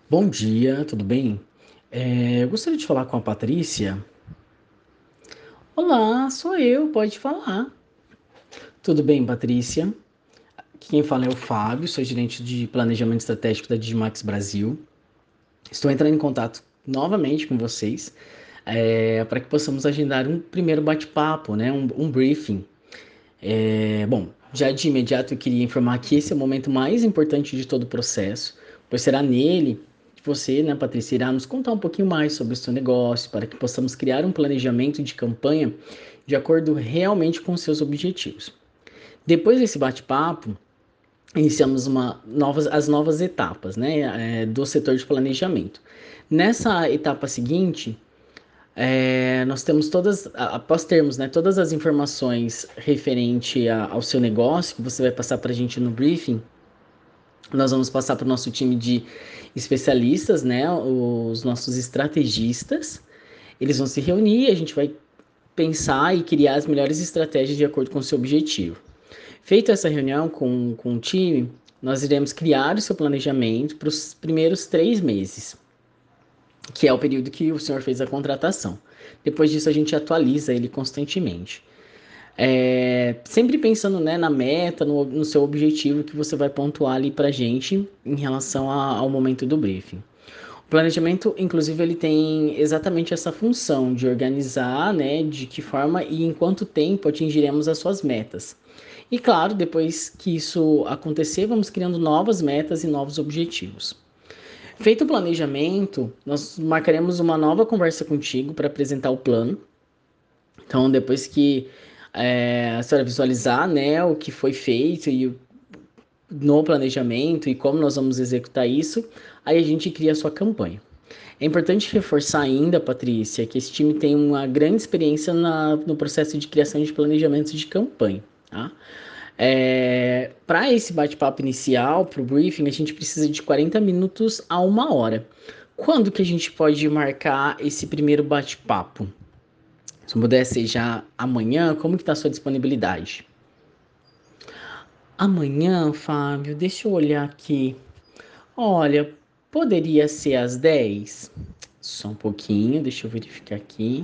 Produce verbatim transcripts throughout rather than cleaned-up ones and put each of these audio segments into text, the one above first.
Bom dia, tudo bem? É, eu gostaria de falar com a Patrícia. Olá, sou eu, pode falar. Tudo bem, Patrícia? Aqui quem fala é o Fábio, sou gerente de planejamento estratégico da Digimax Brasil. Estou entrando em contato novamente com vocês é, para que possamos agendar um primeiro bate-papo, né, um, um briefing. É, bom, já de imediato eu queria informar que esse é o momento mais importante de todo o processo, pois será nele que você, né, Patrícia, irá nos contar um pouquinho mais sobre o seu negócio, para que possamos criar um planejamento de campanha de acordo realmente com os seus objetivos. Depois desse bate-papo, iniciamos uma novas, as novas etapas, né, é, do setor de planejamento. Nessa etapa seguinte, é, nós temos todas, após termos, né, todas as informações referente a, ao seu negócio, que você vai passar para a gente no briefing, nós vamos passar para o nosso time de especialistas, né, os nossos estrategistas. Eles vão se reunir, a gente vai pensar e criar as melhores estratégias de acordo com o seu objetivo. Feita essa reunião com, com o time, nós iremos criar o seu planejamento para os primeiros três meses, que é o período que o senhor fez a contratação. Depois disso, a gente atualiza ele constantemente. É, sempre pensando, né, na meta, no, no seu objetivo que você vai pontuar ali para a gente em relação a, ao momento do briefing. O planejamento, inclusive, ele tem exatamente essa função de organizar, né, de que forma e em quanto tempo atingiremos as suas metas. E claro, depois que isso acontecer, vamos criando novas metas e novos objetivos. Feito o planejamento, nós marcaremos uma nova conversa contigo para apresentar o plano. Então, depois que é, a senhora visualizar, né, o que foi feito e o, no planejamento e como nós vamos executar isso, aí a gente cria a sua campanha. É importante reforçar ainda, Patrícia, que esse time tem uma grande experiência na, no processo de criação de planejamentos de campanha. Tá? É, para esse bate-papo inicial, para o briefing, a gente precisa de quarenta minutos a uma hora. Quando que a gente pode marcar esse primeiro bate-papo? Se puder ser já amanhã, como que está a sua disponibilidade? Amanhã, Fábio, deixa eu olhar aqui. Olha, poderia ser às dez? Só um pouquinho, deixa eu verificar aqui.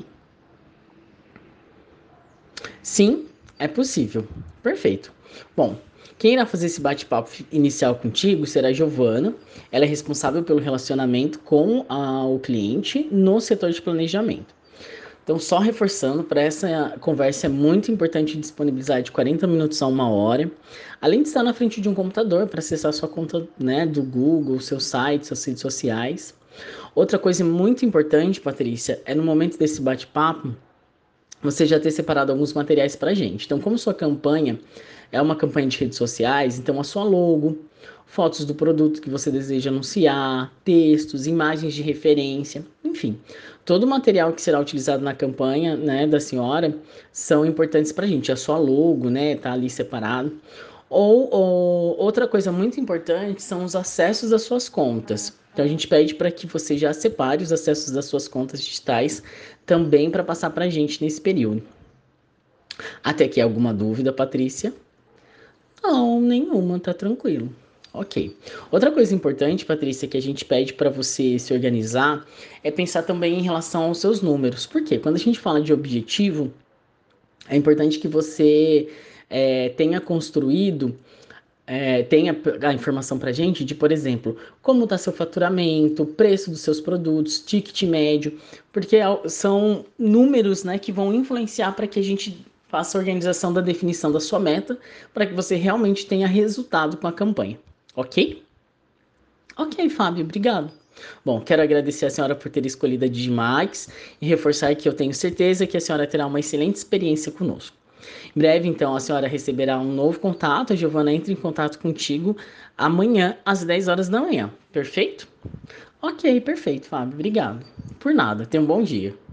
Sim, é possível. Perfeito. Bom, quem irá fazer esse bate-papo inicial contigo será a Giovana. Ela é responsável pelo relacionamento com a, o cliente no setor de planejamento. Então, só reforçando, para essa conversa é muito importante disponibilizar de quarenta minutos a uma hora, além de estar na frente de um computador para acessar sua conta, né, do Google, seu site, suas redes sociais. Outra coisa muito importante, Patrícia, é no momento desse bate-papo, você já ter separado alguns materiais para a gente. Então, como sua campanha é uma campanha de redes sociais, então a sua logo, fotos do produto que você deseja anunciar, textos, imagens de referência, enfim, todo o material que será utilizado na campanha, né, da senhora são importantes para a gente. A sua logo, né, tá ali separado. Ou, ou outra coisa muito importante são os acessos às suas contas. Então a gente pede para que você já separe os acessos das suas contas digitais também para passar para a gente nesse período. Até aqui alguma dúvida, Patrícia? Não, nenhuma, tá tranquilo. Ok. Outra coisa importante, Patrícia, que a gente pede para você se organizar é pensar também em relação aos seus números. Por quê? Quando a gente fala de objetivo, é importante que você é, tenha construído é, tenha a informação para a gente de, por exemplo, como está seu faturamento, preço dos seus produtos, ticket médio, porque são números, né, que vão influenciar para que a gente faça a organização da definição da sua meta, para que você realmente tenha resultado com a campanha, ok? Ok, Fábio, obrigado. Bom, quero agradecer a senhora por ter escolhido a Digimax e reforçar que eu tenho certeza que a senhora terá uma excelente experiência conosco. Em breve, então, a senhora receberá um novo contato. A Giovana entra em contato contigo amanhã, às dez horas da manhã. Perfeito? Ok, perfeito, Fábio. Obrigado. Por nada. Tenha um bom dia.